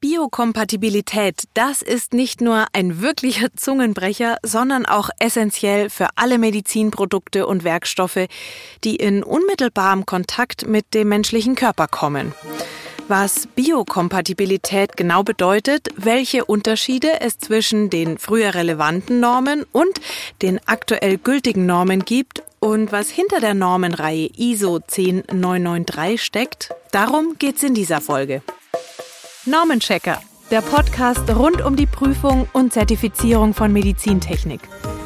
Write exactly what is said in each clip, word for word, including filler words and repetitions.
Biokompatibilität, das ist nicht nur ein wirklicher Zungenbrecher, sondern auch essentiell für alle Medizinprodukte und Werkstoffe, die in unmittelbarem Kontakt mit dem menschlichen Körper kommen. Was Biokompatibilität genau bedeutet, welche Unterschiede es zwischen den früher relevanten Normen und den aktuell gültigen Normen gibt und was hinter der Normenreihe I S O zehn neun neun drei steckt, darum geht's in dieser Folge. Normenchecker, der Podcast rund um die Prüfung und Zertifizierung von Medizintechnik.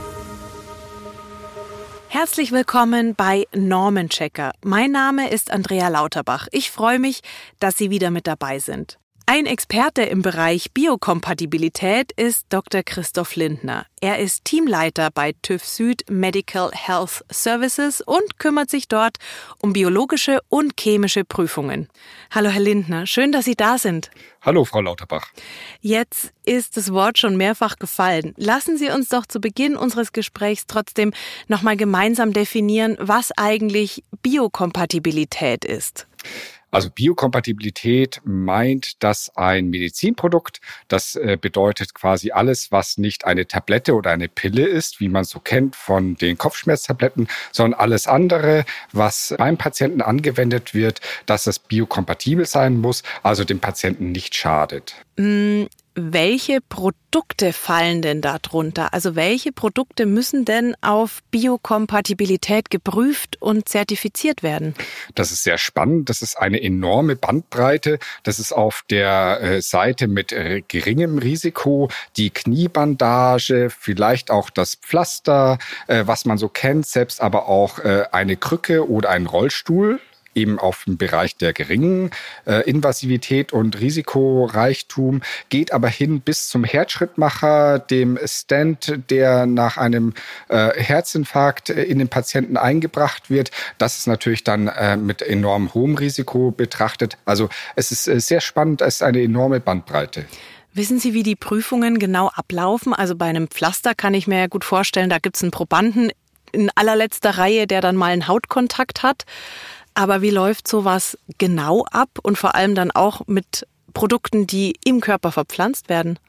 Herzlich willkommen bei Normenchecker. Mein Name ist Andrea Lauterbach. Ich freue mich, dass Sie wieder mit dabei sind. Ein Experte im Bereich Biokompatibilität ist Doktor Christoph Lindner. Er ist Teamleiter bei TÜV Süd Medical Health Services und kümmert sich dort um biologische und chemische Prüfungen. Hallo Herr Lindner, schön, dass Sie da sind. Hallo Frau Lauterbach. Jetzt ist das Wort schon mehrfach gefallen. Lassen Sie uns doch zu Beginn unseres Gesprächs trotzdem nochmal gemeinsam definieren, was eigentlich Biokompatibilität ist. Also Biokompatibilität meint, dass ein Medizinprodukt, das äh, bedeutet quasi alles, was nicht eine Tablette oder eine Pille ist, wie man es so kennt von den Kopfschmerztabletten, sondern alles andere, was beim Patienten angewendet wird, dass es biokompatibel sein muss, also dem Patienten nicht schadet. Mm. Welche Produkte fallen denn da drunter? Also welche Produkte müssen denn auf Biokompatibilität geprüft und zertifiziert werden? Das ist sehr spannend. Das ist eine enorme Bandbreite. Das ist auf der äh, Seite mit äh, geringem Risiko die Kniebandage, vielleicht auch das Pflaster, äh, was man so kennt, selbst aber auch äh, eine Krücke oder ein Rollstuhl. Eben auf dem Bereich der geringen äh, Invasivität und Risikoreichtum, geht aber hin bis zum Herzschrittmacher, dem Stent, der nach einem äh, Herzinfarkt äh, in den Patienten eingebracht wird. Das ist natürlich dann äh, mit enorm hohem Risiko betrachtet. Also es ist äh, sehr spannend, es ist eine enorme Bandbreite. Wissen Sie, wie die Prüfungen genau ablaufen? Also bei einem Pflaster kann ich mir ja gut vorstellen, da gibt es einen Probanden in allerletzter Reihe, der dann mal einen Hautkontakt hat. Aber wie läuft sowas genau ab und vor allem dann auch mit Produkten, die im Körper verpflanzt werden?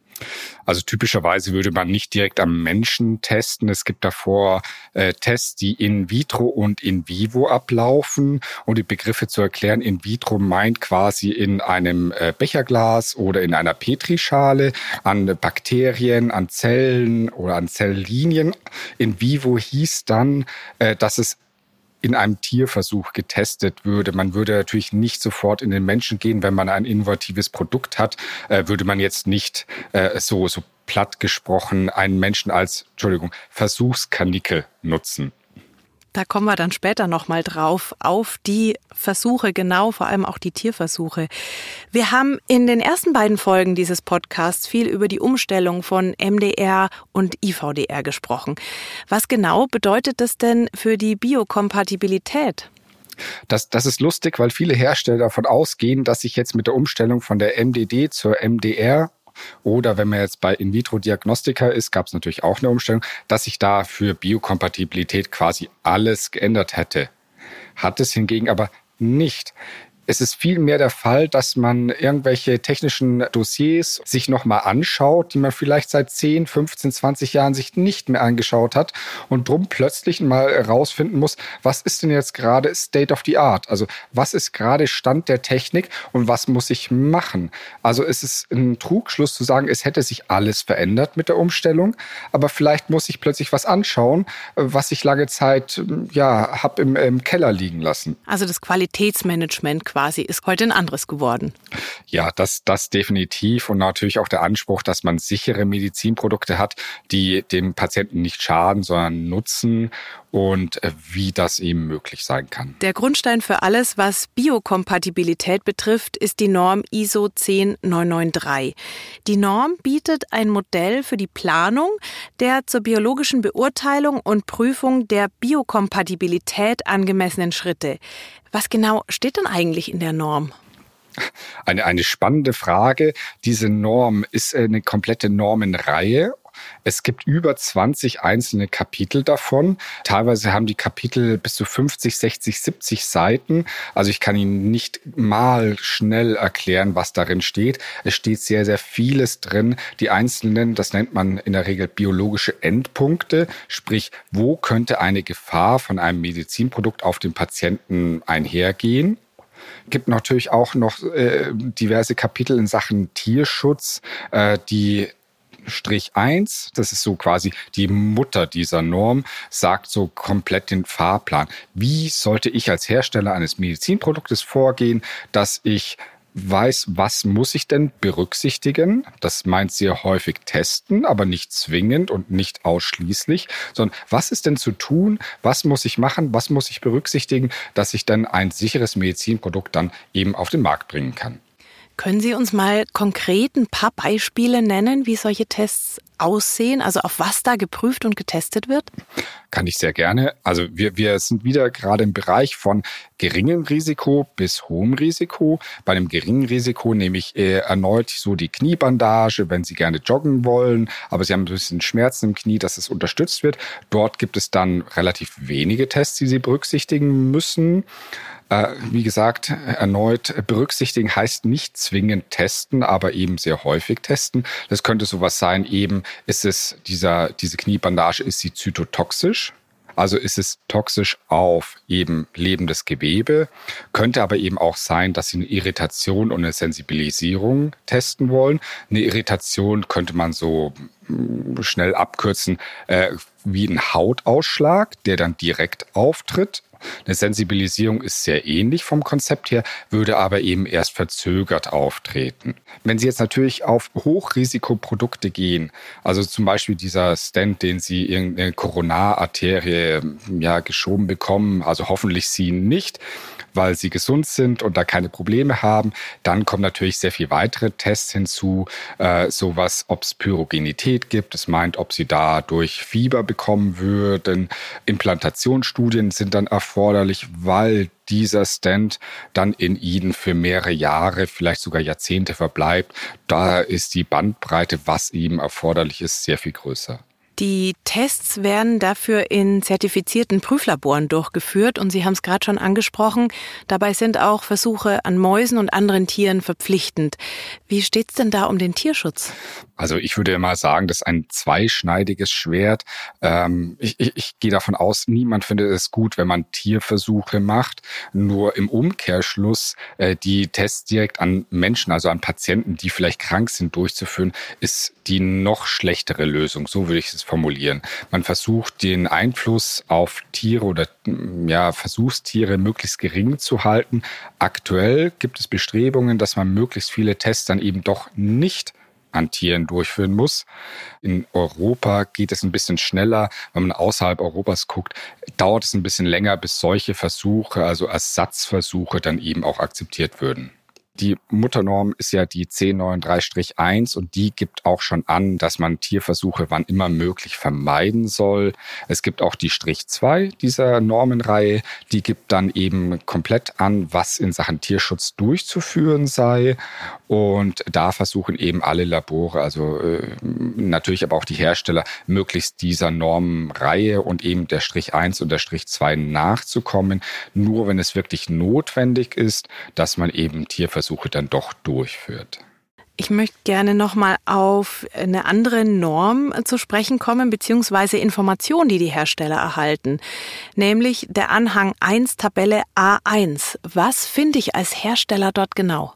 Also typischerweise würde man nicht direkt am Menschen testen. Es gibt davor äh, Tests, die in vitro und in vivo ablaufen. Um die Begriffe zu erklären, in vitro meint quasi in einem äh, Becherglas oder in einer Petrischale an Bakterien, an Zellen oder an Zelllinien. In vivo hieß dann, äh, dass es in einem Tierversuch getestet würde. Man würde natürlich nicht sofort in den Menschen gehen, wenn man ein innovatives Produkt hat, äh, würde man jetzt nicht äh, so, so platt gesprochen einen Menschen als, Entschuldigung, Versuchskanickel nutzen. Da kommen wir dann später nochmal drauf, auf die Versuche, genau, vor allem auch die Tierversuche. Wir haben in den ersten beiden Folgen dieses Podcasts viel über die Umstellung von M D R und I V D R gesprochen. Was genau bedeutet das denn für die Biokompatibilität? Das, das ist lustig, weil viele Hersteller davon ausgehen, dass sich jetzt mit der Umstellung von der M D D zur M D R oder wenn man jetzt bei In-vitro-Diagnostika ist, gab es natürlich auch eine Umstellung, dass sich da für Biokompatibilität quasi alles geändert hätte. Hat es hingegen aber nicht. Es ist vielmehr der Fall, dass man irgendwelche technischen Dossiers sich nochmal anschaut, die man vielleicht seit zehn, fünfzehn, zwanzig Jahren sich nicht mehr angeschaut hat und drum plötzlich mal herausfinden muss, was ist denn jetzt gerade State of the Art? Also was ist gerade Stand der Technik und was muss ich machen? Also es ist ein Trugschluss zu sagen, es hätte sich alles verändert mit der Umstellung, aber vielleicht muss ich plötzlich was anschauen, was ich lange Zeit ja habe im, im Keller liegen lassen. Also das Qualitätsmanagement quasi. Quasi ist heute ein anderes geworden. Ja, das, das definitiv und natürlich auch der Anspruch, dass man sichere Medizinprodukte hat, die dem Patienten nicht schaden, sondern nutzen und wie das eben möglich sein kann. Der Grundstein für alles, was Biokompatibilität betrifft, ist die Norm I S O zehn neun neun drei. Die Norm bietet ein Modell für die Planung der zur biologischen Beurteilung und Prüfung der Biokompatibilität angemessenen Schritte. Was genau steht denn eigentlich in der Norm? Eine, eine spannende Frage. Diese Norm ist eine komplette Normenreihe Es gibt über zwanzig einzelne Kapitel davon. Teilweise haben die Kapitel bis zu fünfzig, sechzig, siebzig Seiten. Also ich kann Ihnen nicht mal schnell erklären, was darin steht. Es steht sehr, sehr vieles drin. Die einzelnen, das nennt man in der Regel biologische Endpunkte. Sprich, wo könnte eine Gefahr von einem Medizinprodukt auf den Patienten einhergehen? Es gibt natürlich auch noch äh, diverse Kapitel in Sachen Tierschutz, äh, die Strich eins, das ist so quasi die Mutter dieser Norm, sagt so komplett den Fahrplan. Wie sollte ich als Hersteller eines Medizinproduktes vorgehen, dass ich weiß, was muss ich denn berücksichtigen? Das meint sehr häufig testen, aber nicht zwingend und nicht ausschließlich, sondern was ist denn zu tun? Was muss ich machen? Was muss ich berücksichtigen, dass ich dann ein sicheres Medizinprodukt dann eben auf den Markt bringen kann? Können Sie uns mal konkret ein paar Beispiele nennen, wie solche Tests aussehen, also auf was da geprüft und getestet wird? Kann ich sehr gerne. Also wir, wir sind wieder gerade im Bereich von geringem Risiko bis hohem Risiko. Bei einem geringen Risiko nehme ich äh, erneut so die Kniebandage, wenn Sie gerne joggen wollen, aber Sie haben ein bisschen Schmerzen im Knie, dass es unterstützt wird. Dort gibt es dann relativ wenige Tests, die Sie berücksichtigen müssen. Wie gesagt, erneut berücksichtigen heißt nicht zwingend testen, aber eben sehr häufig testen. Das könnte sowas sein, eben ist es dieser, diese Kniebandage, ist sie zytotoxisch? Also ist es toxisch auf eben lebendes Gewebe, könnte aber eben auch sein, dass Sie eine Irritation und eine Sensibilisierung testen wollen. Eine Irritation könnte man so schnell abkürzen, äh, wie ein Hautausschlag, der dann direkt auftritt. Eine Sensibilisierung ist sehr ähnlich vom Konzept her, würde aber eben erst verzögert auftreten. Wenn Sie jetzt natürlich auf Hochrisikoprodukte gehen, also zum Beispiel dieser Stent, den Sie irgendeine Koronararterie ja, geschoben bekommen, also hoffentlich Sie nicht, weil Sie gesund sind und da keine Probleme haben, dann kommen natürlich sehr viel weitere Tests hinzu, äh, sowas, ob es Pyrogenität gibt, das meint, ob Sie dadurch Fieber bekommen würden. Implantationsstudien sind dann erforderlich, weil dieser Stent dann in Ihnen für mehrere Jahre, vielleicht sogar Jahrzehnte verbleibt. Da ist die Bandbreite, was ihm erforderlich ist, sehr viel größer. Die Tests werden dafür in zertifizierten Prüflaboren durchgeführt und Sie haben es gerade schon angesprochen, dabei sind auch Versuche an Mäusen und anderen Tieren verpflichtend. Wie steht es denn da um den Tierschutz? Also ich würde mal sagen, das ist ein zweischneidiges Schwert. Ähm, ich, ich, ich gehe davon aus, niemand findet es gut, wenn man Tierversuche macht. Nur im Umkehrschluss äh, die Tests direkt an Menschen, also an Patienten, die vielleicht krank sind, durchzuführen, ist die noch schlechtere Lösung. So würde ich es formulieren. Man versucht, den Einfluss auf Tiere oder ja, Versuchstiere möglichst gering zu halten. Aktuell gibt es Bestrebungen, dass man möglichst viele Tests dann eben doch nicht an Tieren durchführen muss. In Europa geht es ein bisschen schneller. Wenn man außerhalb Europas guckt, dauert es ein bisschen länger, bis solche Versuche, also Ersatzversuche, dann eben auch akzeptiert würden. Die Mutternorm ist ja die zehn neununddreißig eins und die gibt auch schon an, dass man Tierversuche wann immer möglich vermeiden soll. Es gibt auch die Strich zwei dieser Normenreihe, die gibt dann eben komplett an, was in Sachen Tierschutz durchzuführen sei. Und da versuchen eben alle Labore, also äh, natürlich aber auch die Hersteller, möglichst dieser Normenreihe und eben der Strich eins und der Strich zwei nachzukommen. Nur wenn es wirklich notwendig ist, dass man eben Tierversuche dann doch durchführt. Ich möchte gerne nochmal auf eine andere Norm zu sprechen kommen, beziehungsweise Informationen, die die Hersteller erhalten. Nämlich der Anhang eins, Tabelle A eins. Was finde ich als Hersteller dort genau?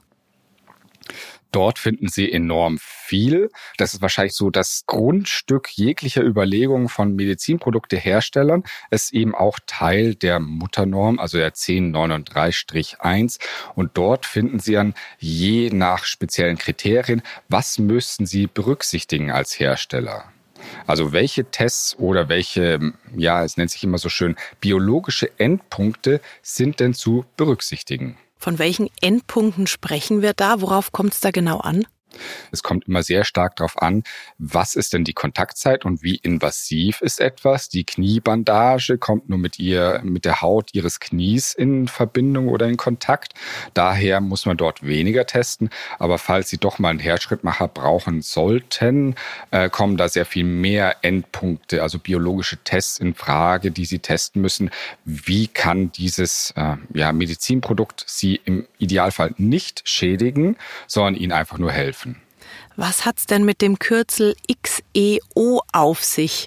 Dort finden Sie enorm viel. Das ist wahrscheinlich so das Grundstück jeglicher Überlegungen von Medizinprodukteherstellern. Es ist eben auch Teil der Mutternorm, also der zehn neununddreißig eins. Und dort finden Sie dann je nach speziellen Kriterien, was müssten Sie berücksichtigen als Hersteller. Also welche Tests oder welche, ja, es nennt sich immer so schön, biologische Endpunkte sind denn zu berücksichtigen? Von welchen Endpunkten sprechen wir da? Worauf kommt es da genau an? Es kommt immer sehr stark darauf an, was ist denn die Kontaktzeit und wie invasiv ist etwas. Die Kniebandage kommt nur mit ihr, mit der Haut ihres Knies in Verbindung oder in Kontakt. Daher muss man dort weniger testen. Aber falls Sie doch mal einen Herzschrittmacher brauchen sollten, äh, kommen da sehr viel mehr Endpunkte, also biologische Tests in Frage, die Sie testen müssen. Wie kann dieses äh, ja, Medizinprodukt Sie im Idealfall nicht schädigen, sondern Ihnen einfach nur helfen? Was hat's denn mit dem Kürzel X E O auf sich?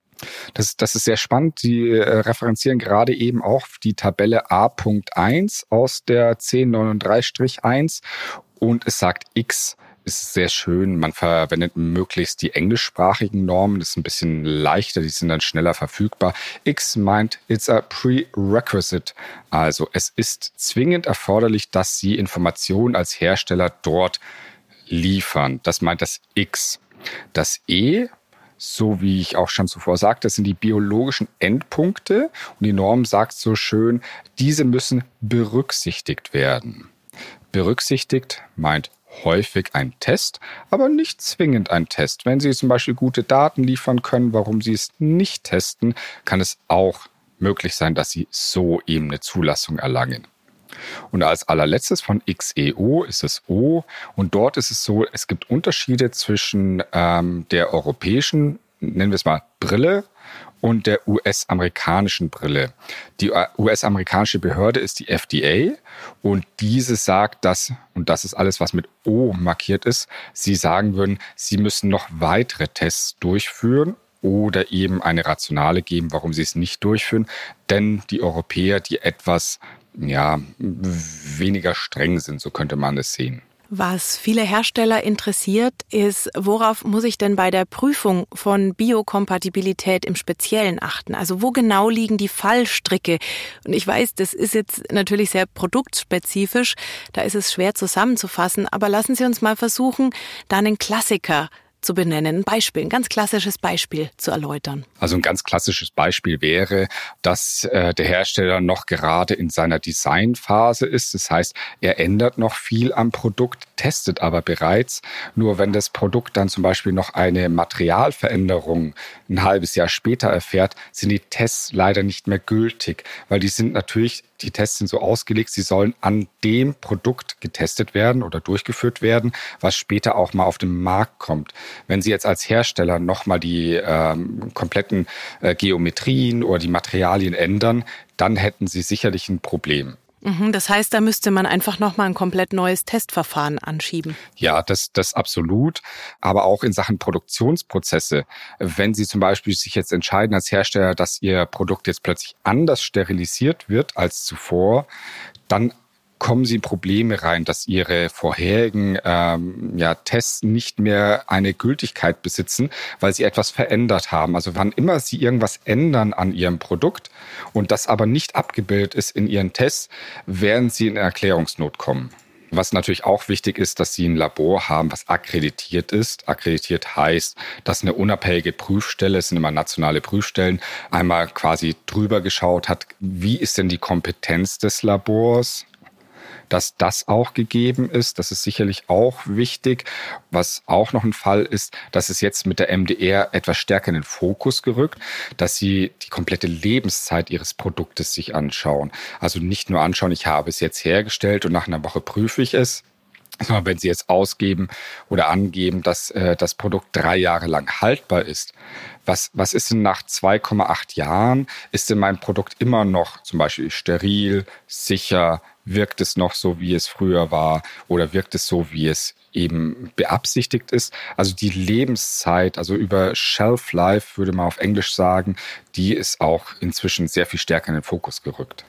Das, das ist sehr spannend. Sie äh, referenzieren gerade eben auch die Tabelle A Punkt eins aus der zehn neununddreißig eins und es sagt X. Ist sehr schön. Man verwendet möglichst die englischsprachigen Normen. Das ist ein bisschen leichter, die sind dann schneller verfügbar. X meint, it's a prerequisite. Also es ist zwingend erforderlich, dass Sie Informationen als Hersteller dort liefern. Das meint das X. Das E, so wie ich auch schon zuvor sagte, das sind die biologischen Endpunkte. Und die Norm sagt so schön, diese müssen berücksichtigt werden. Berücksichtigt meint häufig ein Test, aber nicht zwingend ein Test. Wenn Sie zum Beispiel gute Daten liefern können, warum Sie es nicht testen, kann es auch möglich sein, dass Sie so eben eine Zulassung erlangen. Und als allerletztes von X E O ist es O. Und dort ist es so, es gibt Unterschiede zwischen ähm, der europäischen, nennen wir es mal, Brille und der U S-amerikanischen Brille. Die U S-amerikanische Behörde ist die F D A und diese sagt, dass, und das ist alles, was mit O markiert ist, sie sagen würden, sie müssen noch weitere Tests durchführen oder eben eine Rationale geben, warum sie es nicht durchführen. Denn die Europäer, die etwas ja, weniger streng sind, so könnte man es sehen. Was viele Hersteller interessiert, ist, worauf muss ich denn bei der Prüfung von Biokompatibilität im Speziellen achten? Also wo genau liegen die Fallstricke? Und ich weiß, das ist jetzt natürlich sehr produktspezifisch, da ist es schwer zusammenzufassen, aber lassen Sie uns mal versuchen, da einen Klassiker zu benennen, ein Beispiel, ein ganz klassisches Beispiel zu erläutern. Also ein ganz klassisches Beispiel wäre, dass äh, der Hersteller noch gerade in seiner Designphase ist. Das heißt, er ändert noch viel am Produkt, testet aber bereits. Nur wenn das Produkt dann zum Beispiel noch eine Materialveränderung ein halbes Jahr später erfährt, sind die Tests leider nicht mehr gültig, weil die sind natürlich Die Tests sind so ausgelegt, sie sollen an dem Produkt getestet werden oder durchgeführt werden, was später auch mal auf den Markt kommt. Wenn Sie jetzt als Hersteller nochmal die ähm, kompletten äh, Geometrien oder die Materialien ändern, dann hätten Sie sicherlich ein Problem. Das heißt, da müsste man einfach nochmal ein komplett neues Testverfahren anschieben. Ja, das, das absolut. Aber auch in Sachen Produktionsprozesse. Wenn Sie zum Beispiel sich jetzt entscheiden als Hersteller, dass Ihr Produkt jetzt plötzlich anders sterilisiert wird als zuvor, dann kommen Sie in Probleme rein, dass Ihre vorherigen ähm, ja, Tests nicht mehr eine Gültigkeit besitzen, weil Sie etwas verändert haben. Also wann immer Sie irgendwas ändern an Ihrem Produkt und das aber nicht abgebildet ist in Ihren Tests, werden Sie in Erklärungsnot kommen. Was natürlich auch wichtig ist, dass Sie ein Labor haben, was akkreditiert ist. Akkreditiert heißt, dass eine unabhängige Prüfstelle, es sind immer nationale Prüfstellen, einmal quasi drüber geschaut hat, wie ist denn die Kompetenz des Labors, dass das auch gegeben ist. Das ist sicherlich auch wichtig. Was auch noch ein Fall ist, dass es jetzt mit der M D R etwas stärker in den Fokus gerückt, dass Sie die komplette Lebenszeit Ihres Produktes sich anschauen. Also nicht nur anschauen, ich habe es jetzt hergestellt und nach einer Woche prüfe ich es, sondern wenn Sie jetzt ausgeben oder angeben, dass äh, das Produkt drei Jahre lang haltbar ist, was, was ist denn nach zwei Komma acht Jahren? Ist denn mein Produkt immer noch zum Beispiel steril, sicher? Wirkt es noch so, wie es früher war? Oder wirkt es so, wie es eben beabsichtigt ist? Also die Lebenszeit, also über Shelf Life würde man auf Englisch sagen, die ist auch inzwischen sehr viel stärker in den Fokus gerückt.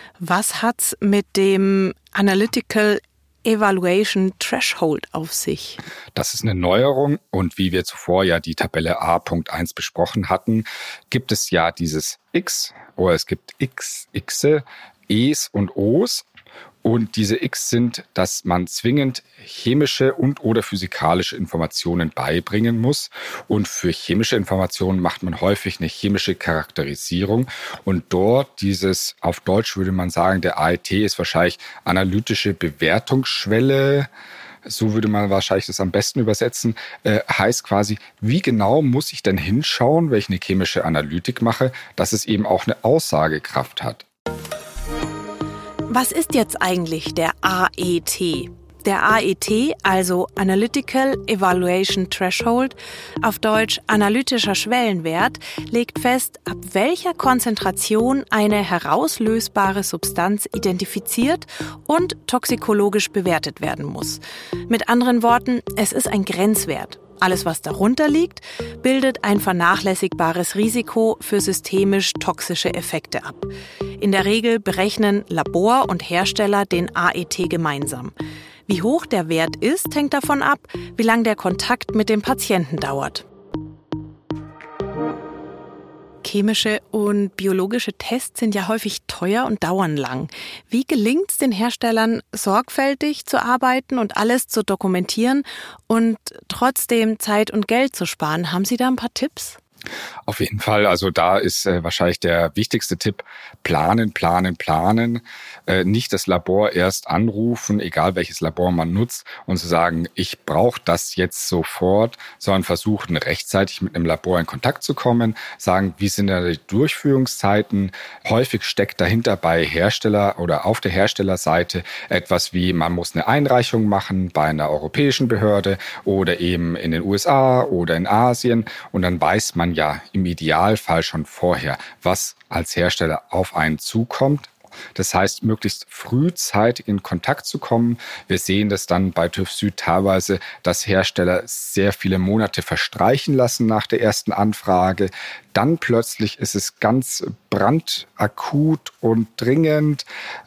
Was hat's mit dem Analytical Evaluation Threshold auf sich? Das ist eine Neuerung und wie wir zuvor ja die Tabelle A Punkt eins besprochen hatten, gibt es ja dieses X oder es gibt X, Xe, E's und O's. Und diese X sind, dass man zwingend chemische und oder physikalische Informationen beibringen muss. Und für chemische Informationen macht man häufig eine chemische Charakterisierung. Und dort dieses, auf Deutsch würde man sagen, der A E T ist wahrscheinlich analytische Bewertungsschwelle. so würde man wahrscheinlich das am besten übersetzen, äh, heißt quasi, wie genau muss ich denn hinschauen, wenn ich eine chemische Analytik mache, dass es eben auch eine Aussagekraft hat. Was ist jetzt eigentlich der A E T? Der A E T, also Analytical Evaluation Threshold, auf Deutsch analytischer Schwellenwert, legt fest, ab welcher Konzentration eine herauslösbare Substanz identifiziert und toxikologisch bewertet werden muss. Mit anderen Worten, es ist ein Grenzwert. Alles, was darunter liegt, bildet ein vernachlässigbares Risiko für systemisch toxische Effekte ab. In der Regel berechnen Labor und Hersteller den A E T gemeinsam. Wie hoch der Wert ist, hängt davon ab, wie lang der Kontakt mit dem Patienten dauert. Chemische und biologische Tests sind ja häufig teuer und dauern lang. Wie gelingt es den Herstellern, sorgfältig zu arbeiten und alles zu dokumentieren und trotzdem Zeit und Geld zu sparen? Haben Sie da ein paar Tipps? Auf jeden Fall. Also da ist äh, wahrscheinlich der wichtigste Tipp, planen, planen, planen. Äh, nicht das Labor erst anrufen, egal welches Labor man nutzt, und zu sagen, ich brauche das jetzt sofort, sondern versuchen rechtzeitig mit einem Labor in Kontakt zu kommen, sagen, wie sind da die Durchführungszeiten. Häufig steckt dahinter bei Hersteller oder auf der Herstellerseite etwas wie, man muss eine Einreichung machen bei einer europäischen Behörde oder eben in den U S A oder in Asien, und dann weiß man ja im Idealfall schon vorher, was als Hersteller auf einen zukommt. Das heißt, möglichst frühzeitig in Kontakt zu kommen. Wir sehen das dann bei TÜV Süd teilweise, dass Hersteller sehr viele Monate verstreichen lassen nach der ersten Anfrage. Dann plötzlich ist es ganz brandakut und dringend,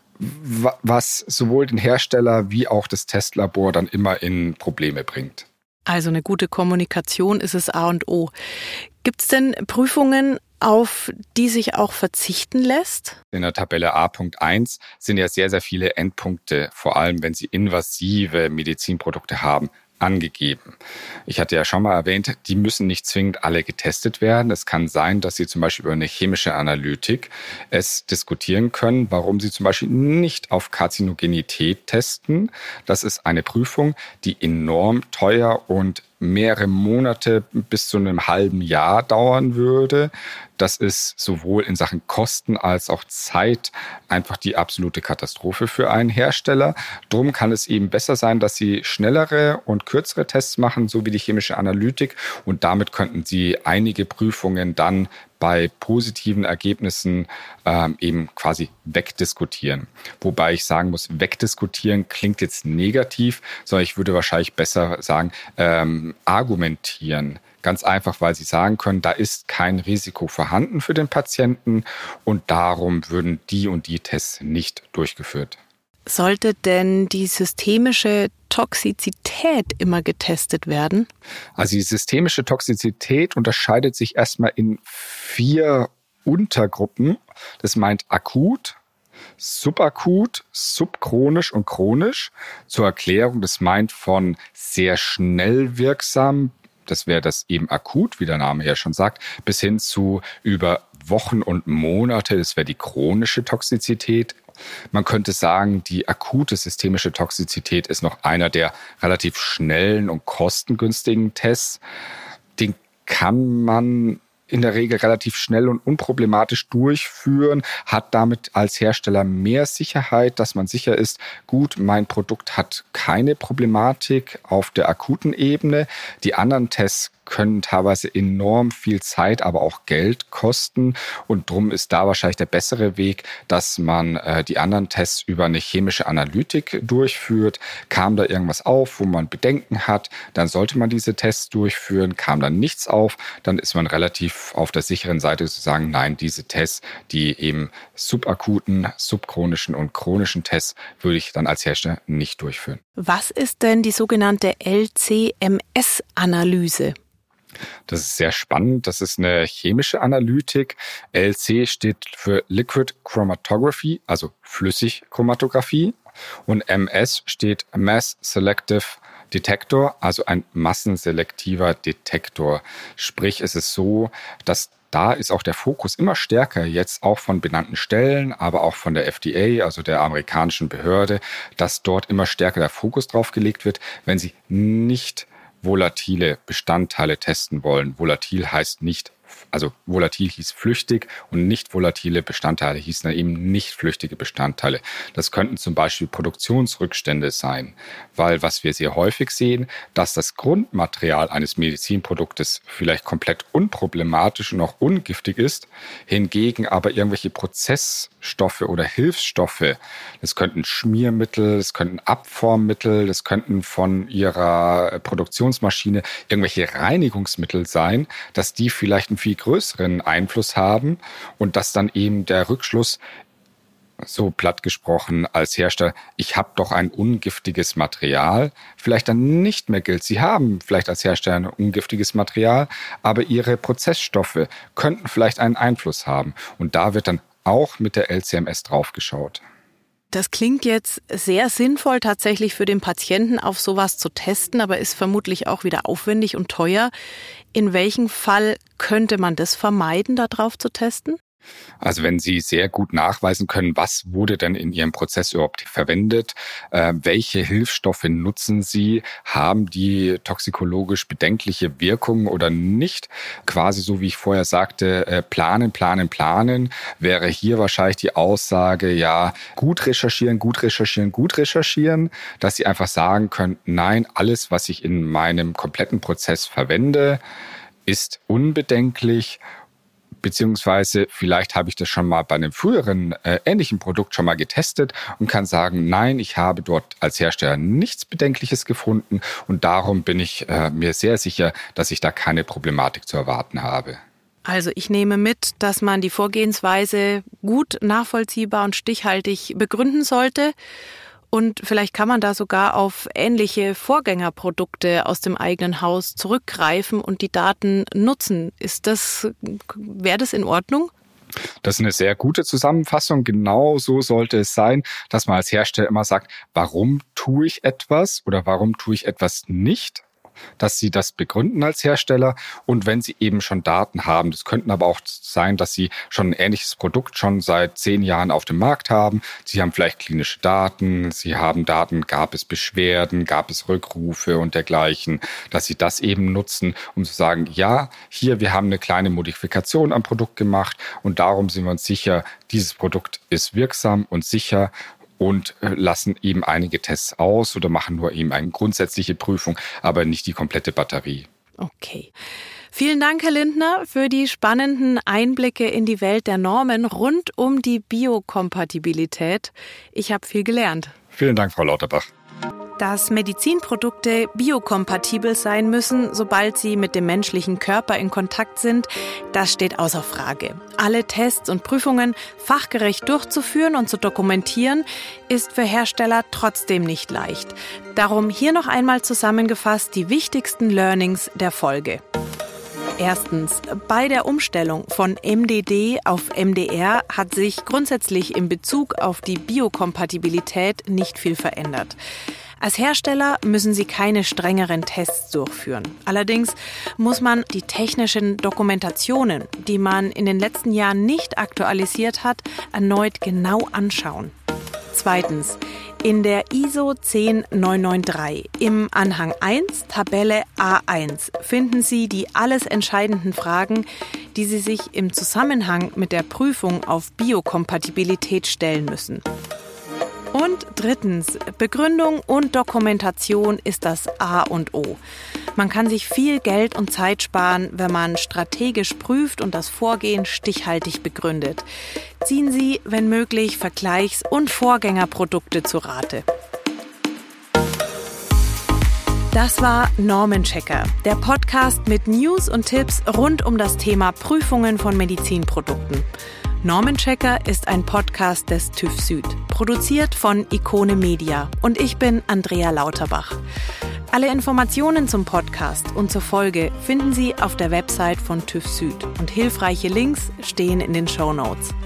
was sowohl den Hersteller wie auch das Testlabor dann immer in Probleme bringt. Also eine gute Kommunikation ist es A und O. Gibt es denn Prüfungen, auf die sich auch verzichten lässt? In der Tabelle A Punkt eins sind ja sehr, sehr viele Endpunkte, vor allem wenn Sie invasive Medizinprodukte haben, angegeben. Ich hatte ja schon mal erwähnt, die müssen nicht zwingend alle getestet werden. Es kann sein, dass Sie zum Beispiel über eine chemische Analytik es diskutieren können, warum Sie zum Beispiel nicht auf Karzinogenität testen. Das ist eine Prüfung, die enorm teuer und mehrere Monate bis zu einem halben Jahr dauern würde. Das ist sowohl in Sachen Kosten als auch Zeit einfach die absolute Katastrophe für einen Hersteller. Drum kann es eben besser sein, dass Sie schnellere und kürzere Tests machen, so wie die chemische Analytik. Und damit könnten Sie einige Prüfungen dann bei positiven Ergebnissen ähm, eben quasi wegdiskutieren. Wobei ich sagen muss, wegdiskutieren klingt jetzt negativ, sondern ich würde wahrscheinlich besser sagen, ähm, argumentieren. Ganz einfach, weil Sie sagen können, da ist kein Risiko vorhanden für den Patienten und darum würden die und die Tests nicht durchgeführt. Sollte denn die systemische Toxizität immer getestet werden? Also die systemische Toxizität unterscheidet sich erstmal in vier Untergruppen. Das meint akut, subakut, subchronisch und chronisch. Zur Erklärung, das meint von sehr schnell wirksam, das wäre das eben akut, wie der Name ja schon sagt, bis hin zu über Wochen und Monate, das wäre die chronische Toxizität. Man könnte sagen, die akute systemische Toxizität ist noch einer der relativ schnellen und kostengünstigen Tests. Den kann man in der Regel relativ schnell und unproblematisch durchführen, hat damit als Hersteller mehr Sicherheit, dass man sicher ist, gut, mein Produkt hat keine Problematik auf der akuten Ebene. Die anderen Tests können teilweise enorm viel Zeit, aber auch Geld kosten. Und drum ist da wahrscheinlich der bessere Weg, dass man äh, die anderen Tests über eine chemische Analytik durchführt. Kam da irgendwas auf, wo man Bedenken hat, dann sollte man diese Tests durchführen. Kam dann nichts auf, dann ist man relativ auf der sicheren Seite zu sagen, nein, diese Tests, die eben subakuten, subchronischen und chronischen Tests, würde ich dann als Hersteller nicht durchführen. Was ist denn die sogenannte L C M S-Analyse? Das ist sehr spannend. Das ist eine chemische Analytik. L C steht für Liquid Chromatography, also Flüssigchromatographie. Und M S steht Mass Selective Detector, also ein massenselektiver Detektor. Sprich, es ist so, dass da ist auch der Fokus immer stärker jetzt auch von benannten Stellen, aber auch von der F D A, also der amerikanischen Behörde, dass dort immer stärker der Fokus drauf gelegt wird, wenn sie nicht volatile Bestandteile testen wollen. Volatil heißt nicht, also volatil hieß flüchtig und nicht volatile Bestandteile hießen eben nicht flüchtige Bestandteile. Das könnten zum Beispiel Produktionsrückstände sein, weil was wir sehr häufig sehen, dass das Grundmaterial eines Medizinproduktes vielleicht komplett unproblematisch und auch ungiftig ist, hingegen aber irgendwelche Prozessstoffe oder Hilfsstoffe, das könnten Schmiermittel, das könnten Abformmittel, das könnten von ihrer Produktionsmaschine irgendwelche Reinigungsmittel sein, dass die vielleicht einen viel größeren Einfluss haben und dass dann eben der Rückschluss, so platt gesprochen als Hersteller, ich habe doch ein ungiftiges Material, vielleicht dann nicht mehr gilt. Sie haben vielleicht als Hersteller ein ungiftiges Material, aber ihre Prozessstoffe könnten vielleicht einen Einfluss haben. Und da wird dann auch mit der L C M S draufgeschaut. Das klingt jetzt sehr sinnvoll, tatsächlich für den Patienten auf sowas zu testen, aber ist vermutlich auch wieder aufwendig und teuer. In welchem Fall könnte man das vermeiden, da drauf zu testen? Also wenn Sie sehr gut nachweisen können, was wurde denn in Ihrem Prozess überhaupt verwendet, äh, welche Hilfsstoffe nutzen Sie, haben die toxikologisch bedenkliche Wirkungen oder nicht, quasi so wie ich vorher sagte, äh, planen, planen, planen, wäre hier wahrscheinlich die Aussage, ja, gut recherchieren, gut recherchieren, gut recherchieren, dass Sie einfach sagen können, nein, alles, was ich in meinem kompletten Prozess verwende, ist unbedenklich. Beziehungsweise vielleicht habe ich das schon mal bei einem früheren äh, ähnlichen Produkt schon mal getestet und kann sagen, nein, ich habe dort als Hersteller nichts Bedenkliches gefunden und darum bin ich äh, mir sehr sicher, dass ich da keine Problematik zu erwarten habe. Also ich nehme mit, dass man die Vorgehensweise gut nachvollziehbar und stichhaltig begründen sollte. Und vielleicht kann man da sogar auf ähnliche Vorgängerprodukte aus dem eigenen Haus zurückgreifen und die Daten nutzen. Ist das, wäre das in Ordnung? Das ist eine sehr gute Zusammenfassung. Genau so sollte es sein, dass man als Hersteller immer sagt, warum tue ich etwas oder warum tue ich etwas nicht? Dass Sie das begründen als Hersteller und wenn Sie eben schon Daten haben, das könnten aber auch sein, dass Sie schon ein ähnliches Produkt schon seit zehn Jahren auf dem Markt haben. Sie haben vielleicht klinische Daten, Sie haben Daten, gab es Beschwerden, gab es Rückrufe und dergleichen, dass Sie das eben nutzen, um zu sagen, ja, hier, wir haben eine kleine Modifikation am Produkt gemacht und darum sind wir uns sicher, dieses Produkt ist wirksam und sicher und lassen eben einige Tests aus oder machen nur eben eine grundsätzliche Prüfung, aber nicht die komplette Batterie. Okay. Vielen Dank, Herr Lindner, für die spannenden Einblicke in die Welt der Normen rund um die Biokompatibilität. Ich habe viel gelernt. Vielen Dank, Frau Lauterbach. Dass Medizinprodukte biokompatibel sein müssen, sobald sie mit dem menschlichen Körper in Kontakt sind, das steht außer Frage. Alle Tests und Prüfungen fachgerecht durchzuführen und zu dokumentieren, ist für Hersteller trotzdem nicht leicht. Darum hier noch einmal zusammengefasst die wichtigsten Learnings der Folge. Erstens, bei der Umstellung von M D D auf M D R hat sich grundsätzlich in Bezug auf die Biokompatibilität nicht viel verändert. Als Hersteller müssen Sie keine strengeren Tests durchführen. Allerdings muss man die technischen Dokumentationen, die man in den letzten Jahren nicht aktualisiert hat, erneut genau anschauen. Zweitens, in der I S O zehn neun neun drei im Anhang eins, Tabelle A eins, finden Sie die alles entscheidenden Fragen, die Sie sich im Zusammenhang mit der Prüfung auf Biokompatibilität stellen müssen. Und drittens, Begründung und Dokumentation ist das A und O. Man kann sich viel Geld und Zeit sparen, wenn man strategisch prüft und das Vorgehen stichhaltig begründet. Ziehen Sie, wenn möglich, Vergleichs- und Vorgängerprodukte zu Rate. Das war Normenchecker, der Podcast mit News und Tipps rund um das Thema Prüfungen von Medizinprodukten. Normenchecker ist ein Podcast des TÜV Süd, produziert von Ikone Media und ich bin Andrea Lauterbach. Alle Informationen zum Podcast und zur Folge finden Sie auf der Website von TÜV Süd und hilfreiche Links stehen in den Shownotes.